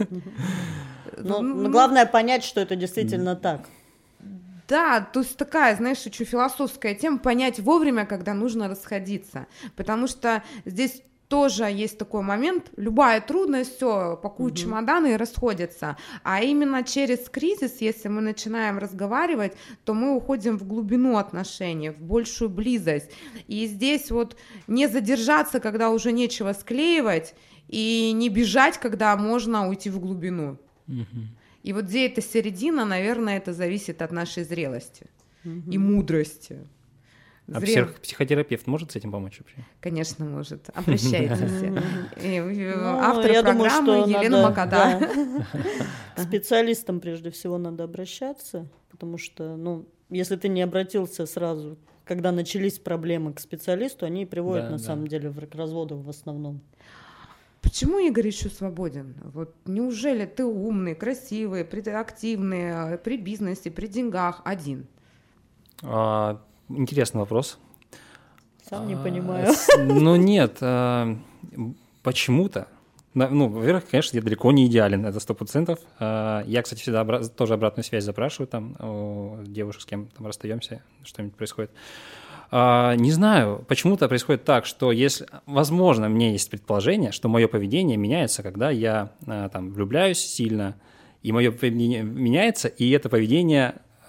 Но главное понять, что это действительно так. Да, то есть такая, знаешь, очень философская тема, понять вовремя, когда нужно расходиться. Потому что здесь тоже есть такой момент, любая трудность, все, пакуют чемоданы и расходятся. А именно через кризис, если мы начинаем разговаривать, то мы уходим в глубину отношений, в большую близость. И здесь вот не задержаться, когда уже нечего склеивать, и не бежать, когда можно уйти в глубину. И вот где эта середина, наверное, это зависит от нашей зрелости и мудрости. А психотерапевт может с этим помочь вообще? Конечно, может. Обращайтесь. Автор программы Елена Маката. К специалистам прежде всего надо обращаться, потому что, если ты не обратился сразу, когда начались проблемы к специалисту, они приводят на самом деле к разводу в основном. Почему Игорь еще свободен? Вот неужели ты умный, красивый, активный, при бизнесе, при деньгах один? Интересный вопрос. Сам не понимаю. Нет, почему-то. Во-первых, конечно, я далеко не идеален, это 100%. Я, кстати, всегда тоже обратную связь запрашиваю там у девушек, с кем там расстаемся, что-нибудь происходит. Не знаю, почему-то происходит так, что возможно, у меня есть предположение, что мое поведение меняется, когда я там влюбляюсь сильно, и мое поведение меняется, и это поведение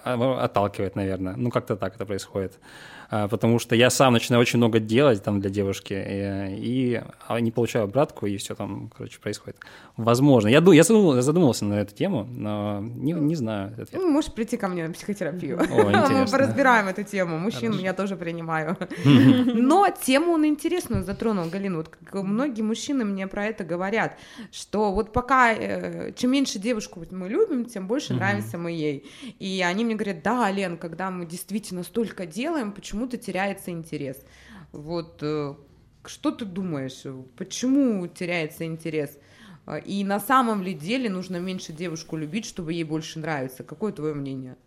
отталкивает, наверное. Ну, как-то так это происходит. Потому что я сам начинаю очень много делать там для девушки, и не получаю обратку, и все там, короче, происходит. Возможно. Я задумался на эту тему, но не знаю. Ну, можешь прийти ко мне на психотерапию. О, интересно. Мы поразбираем эту тему. Мужчин я тоже принимаю. Но тему он интересную затронул, Галина. Вот многие мужчины мне про это говорят, что вот пока чем меньше девушку мы любим, тем больше нравимся мы ей. И они мне говорят: да, Лен, когда мы действительно столько делаем, почему-то теряется интерес. Вот что ты думаешь, почему теряется интерес? И на самом ли деле нужно меньше девушку любить, чтобы ей больше нравиться? Какое твое мнение?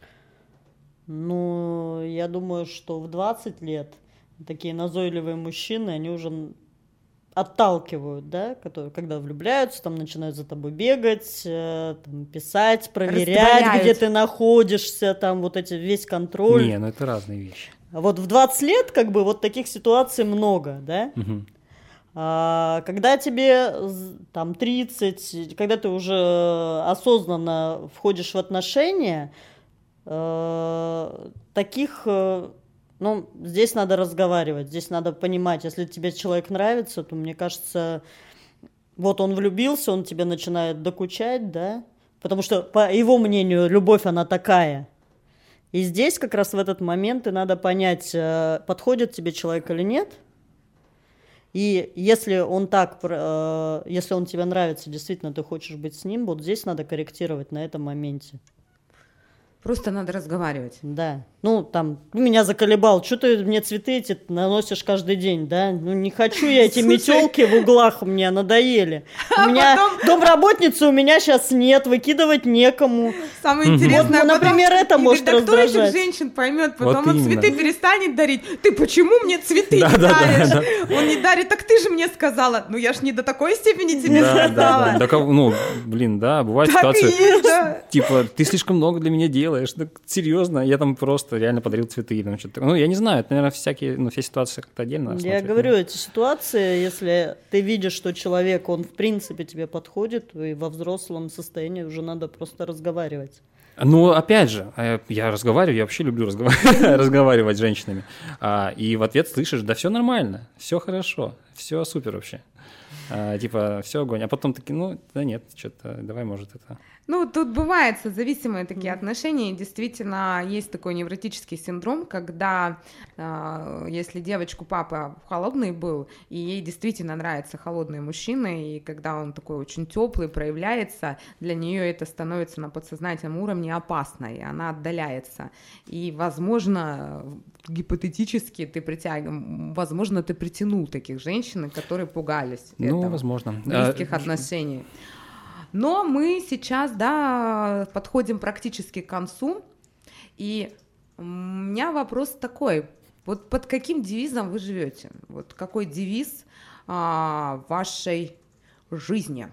Ну, я думаю, что в 20 лет такие назойливые мужчины, они уже отталкивают, да, когда влюбляются, там начинают за тобой бегать, там, писать, проверять, где ты находишься, там вот весь контроль. Не, ну это разные вещи. Вот в 20 лет как бы вот таких ситуаций много, да. Когда тебе там 30, когда ты уже осознанно входишь в отношения, таких... Ну, здесь надо разговаривать, здесь надо понимать, если тебе человек нравится, то, мне кажется, вот он влюбился, он тебе начинает докучать, да, потому что, по его мнению, любовь, она такая. И здесь как раз в этот момент и надо понять, подходит тебе человек или нет. И если он если он тебе нравится, действительно ты хочешь быть с ним, вот здесь надо корректировать на этом моменте. Просто надо разговаривать. Да. Ну, там, меня заколебал. Что ты мне цветы эти наносишь каждый день, да? Ну, не хочу я эти метелки в углах, мне надоели. У меня домработницы у меня сейчас нет, выкидывать некому. Самое интересное, вот, например, это может раздражать. Кто этих женщин поймет? Потом он цветы перестанет дарить. Ты почему мне цветы не даришь? Он не дарит, так ты же мне сказала. Ну, я ж не до такой степени тебе сказала. Ну, блин, да, бывает ситуация. Типа, ты слишком много для меня делаешь. Серьезно, я там просто реально подарил цветы. Ну, я не знаю, это, наверное, все ситуации как-то отдельно. Я говорю, эти ситуации, если ты видишь, что человек, он в принципе тебе подходит, и во взрослом состоянии уже надо просто разговаривать. Ну, опять же, я разговариваю, я вообще люблю разговаривать с женщинами. И в ответ слышишь: да все нормально, все хорошо, все супер вообще. Типа, все огонь. А потом такие: ну, да нет, что-то, давай, может, это... Ну, тут бывают созависимые такие отношения, и действительно есть такой невротический синдром, когда если девочку папа холодный был, и ей действительно нравятся холодные мужчины, и когда он такой очень теплый проявляется, для нее это становится на подсознательном уровне опасно, и она отдаляется. И, возможно, гипотетически возможно, ты притянул таких женщин, которые пугались возможно. Близких отношений. Но мы сейчас, подходим практически к концу, и у меня вопрос такой: вот под каким девизом вы живете? Вот какой девиз вашей жизни?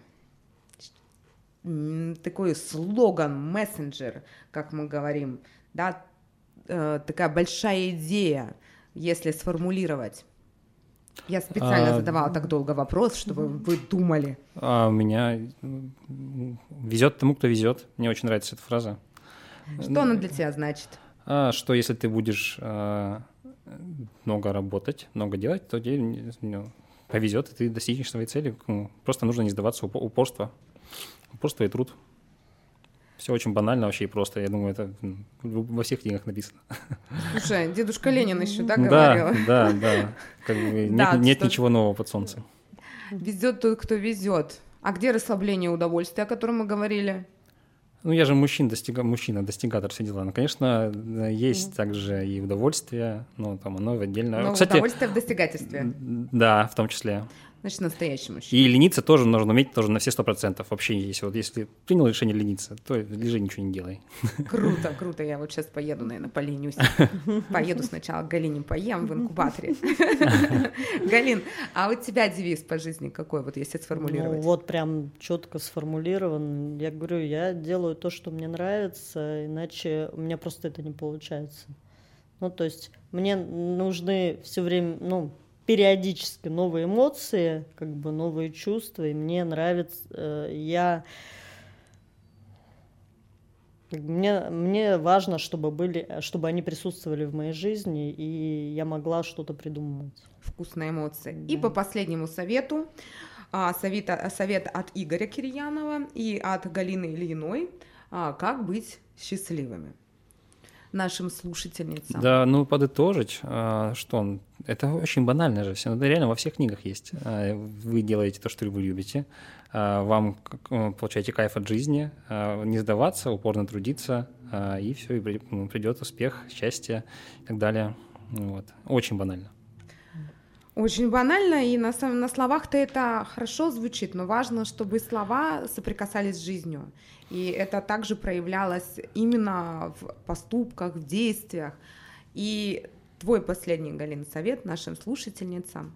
Такой слоган, мессенджер, как мы говорим, да, такая большая идея, если сформулировать. Я специально задавала так долго вопрос, чтобы вы думали. У меня везет тому, кто везет. Мне очень нравится эта фраза. Что она для тебя значит? Что если ты будешь много работать, много делать, то тебе повезет, и ты достигнешь своей цели. Просто нужно не сдаваться, упорство и труд. Все очень банально вообще и просто. Я думаю, это во всех книгах написано. Слушай, дедушка Ленин еще, говорил? Да. Нет ничего нового под солнцем. Везет тот, кто везет. А где расслабление и удовольствие, о котором мы говорили? Ну, я же достигатор, все дела. Ну, конечно, есть также и удовольствие, но там оно отдельно. Но кстати, удовольствие в достигательстве. Да, в том числе. Значит, настоящий мужчина. И лениться тоже нужно уметь тоже на все 100%. Вообще, если принял решение лениться, то лежи, ничего не делай. Круто. Я вот сейчас поеду, наверное, поленюсь. Поеду сначала к Галине поем в инкубаторе. Галин, а у тебя девиз по жизни какой, вот если сформулировать? Ну, вот прям четко сформулирован. Я говорю, я делаю то, что мне нравится, иначе у меня просто это не получается. Ну, то есть мне нужны все время, периодически новые эмоции, новые чувства, и мне нравится, Мне важно, чтобы они присутствовали в моей жизни, и я могла что-то придумывать. Вкусные эмоции. Да. И по последнему совету, совет от Игоря Кирьянова и от Галины Ильиной, как быть счастливыми нашим слушательницам. Да, подытожить, что это очень банально же все. Это реально во всех книгах есть. Вы делаете то, что вы любите, вам получаете кайф от жизни, не сдаваться, упорно трудиться, и все, и придет успех, счастье и так далее. Вот. Очень банально. Очень банально, и на словах-то это хорошо звучит, но важно, чтобы слова соприкасались с жизнью. И это также проявлялось именно в поступках, в действиях. И твой последний, Галина, совет нашим слушательницам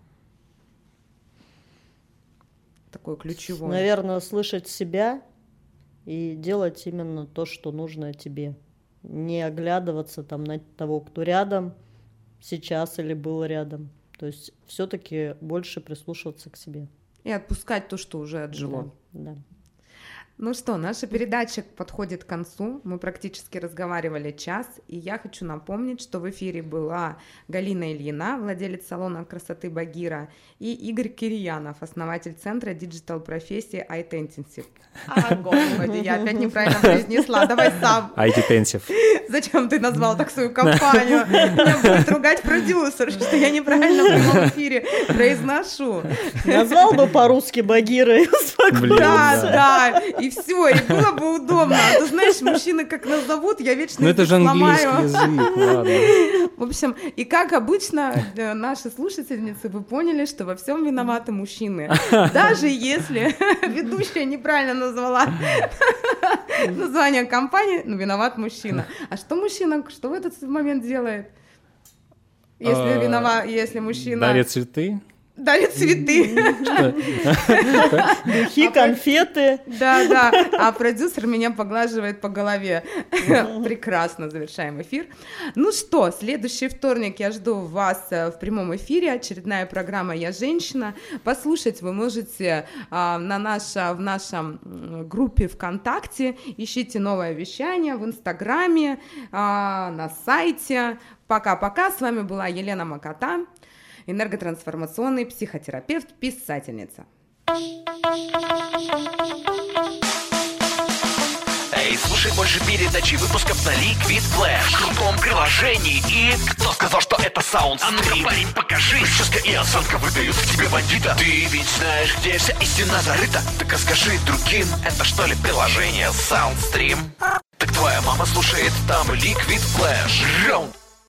такой ключевой. Наверное, слышать себя и делать именно то, что нужно тебе. Не оглядываться там на того, кто рядом сейчас или был рядом. То есть все-таки больше прислушиваться к себе. И отпускать то, что уже отжило. Да. Ну что, наша передача подходит к концу. Мы практически разговаривали час. И я хочу напомнить, что в эфире была Галина Ильина, владелец салона красоты Багира, и Игорь Кирьянов, основатель центра диджитал-профессии iTensive. Господи, я опять неправильно произнесла. Давай сам. iTensive. Зачем ты назвал так свою компанию? Меня будет ругать продюсер, что я неправильно в прямом эфире произношу. Назвал бы по-русски Багира и успокоился. Да. И все, и было бы удобно. А то, знаешь, мужчины как нас зовут, я вечно это же английский язык, ладно. В общем, и как обычно, наши слушательницы, вы поняли, что во всем виноваты мужчины. Даже если ведущая неправильно назвала название компании, виноват мужчина. А что мужчина, что в этот момент делает? Если мужчина... Дарит цветы? Дарит цветы. Духи, конфеты. Да. А продюсер меня поглаживает по голове. Прекрасно, завершаем эфир. Ну что, следующий вторник я жду вас в прямом эфире. Очередная программа «Я женщина». Послушать вы можете в нашем группе ВКонтакте. Ищите новое вещание в Инстаграме, на сайте. Пока-пока. С вами была Елена Макота, энерготрансформационный психотерапевт, писательница. Эй, слушай больше передач и выпусков на Liquid Flash в крутом приложении. И кто сказал, что это SoundStream? А ну-ка, парень, покажи. Прическа и осанка выдают в тебе бандита. Ты ведь знаешь, где вся истина зарыта. Так расскажи другим, это что ли приложение SoundStream? Так твоя мама слушает там Liquid Flash. Раунд.